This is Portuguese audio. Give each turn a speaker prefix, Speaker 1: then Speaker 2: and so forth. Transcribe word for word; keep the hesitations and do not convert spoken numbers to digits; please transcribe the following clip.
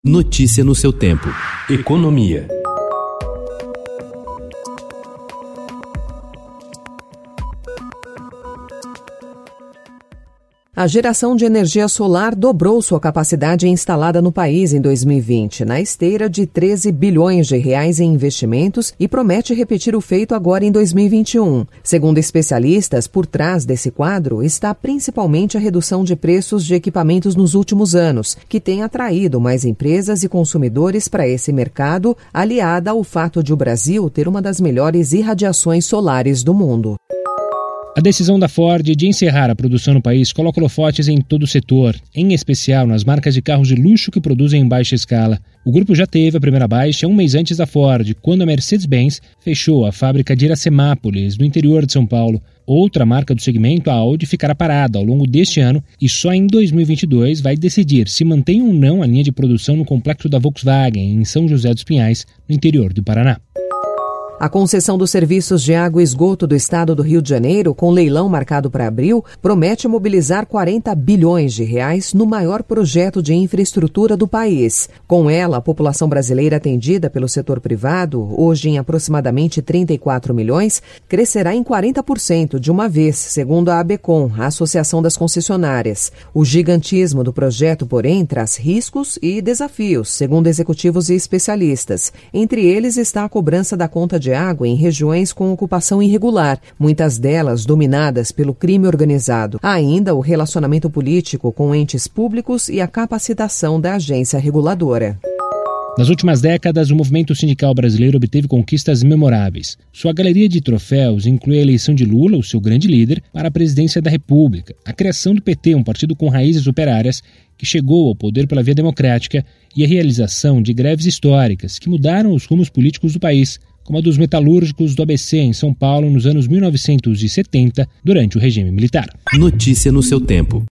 Speaker 1: Notícia no seu tempo. Economia.
Speaker 2: A geração de energia solar dobrou sua capacidade instalada no país em dois mil e vinte, na esteira de treze bilhões de reais em investimentos, e promete repetir o feito agora em dois mil e vinte e um. Segundo especialistas, por trás desse quadro está principalmente a redução de preços de equipamentos nos últimos anos, que tem atraído mais empresas e consumidores para esse mercado, aliada ao fato de o Brasil ter uma das melhores irradiações solares do mundo.
Speaker 3: A decisão da Ford de encerrar a produção no país coloca holofotes em todo o setor, em especial nas marcas de carros de luxo que produzem em baixa escala. O grupo já teve a primeira baixa um mês antes da Ford, quando a Mercedes-Benz fechou a fábrica de Iracemápolis, no interior de São Paulo. Outra marca do segmento, a Audi, ficará parada ao longo deste ano e só em dois mil e vinte e dois vai decidir se mantém ou não a linha de produção no complexo da Volkswagen, em São José dos Pinhais, no interior do Paraná.
Speaker 2: A concessão dos serviços de água e esgoto do estado do Rio de Janeiro, com leilão marcado para abril, promete mobilizar quarenta bilhões de reais no maior projeto de infraestrutura do país. Com ela, a população brasileira atendida pelo setor privado, hoje em aproximadamente trinta e quatro milhões, crescerá em quarenta por cento de uma vez, segundo a ABECOM, a Associação das Concessionárias. O gigantismo do projeto, porém, traz riscos e desafios, segundo executivos e especialistas. Entre eles está a cobrança da conta de de água em regiões com ocupação irregular, muitas delas dominadas pelo crime organizado. Há ainda o relacionamento político com entes públicos e a capacitação da agência reguladora.
Speaker 3: Nas últimas décadas, o movimento sindical brasileiro obteve conquistas memoráveis. Sua galeria de troféus inclui a eleição de Lula, o seu grande líder, para a presidência da República, a criação do P T, um partido com raízes operárias, que chegou ao poder pela via democrática, e a realização de greves históricas que mudaram os rumos políticos do país, como a dos metalúrgicos do A B C em São Paulo nos anos mil novecentos e setenta, durante o regime militar.
Speaker 1: Notícia no seu tempo.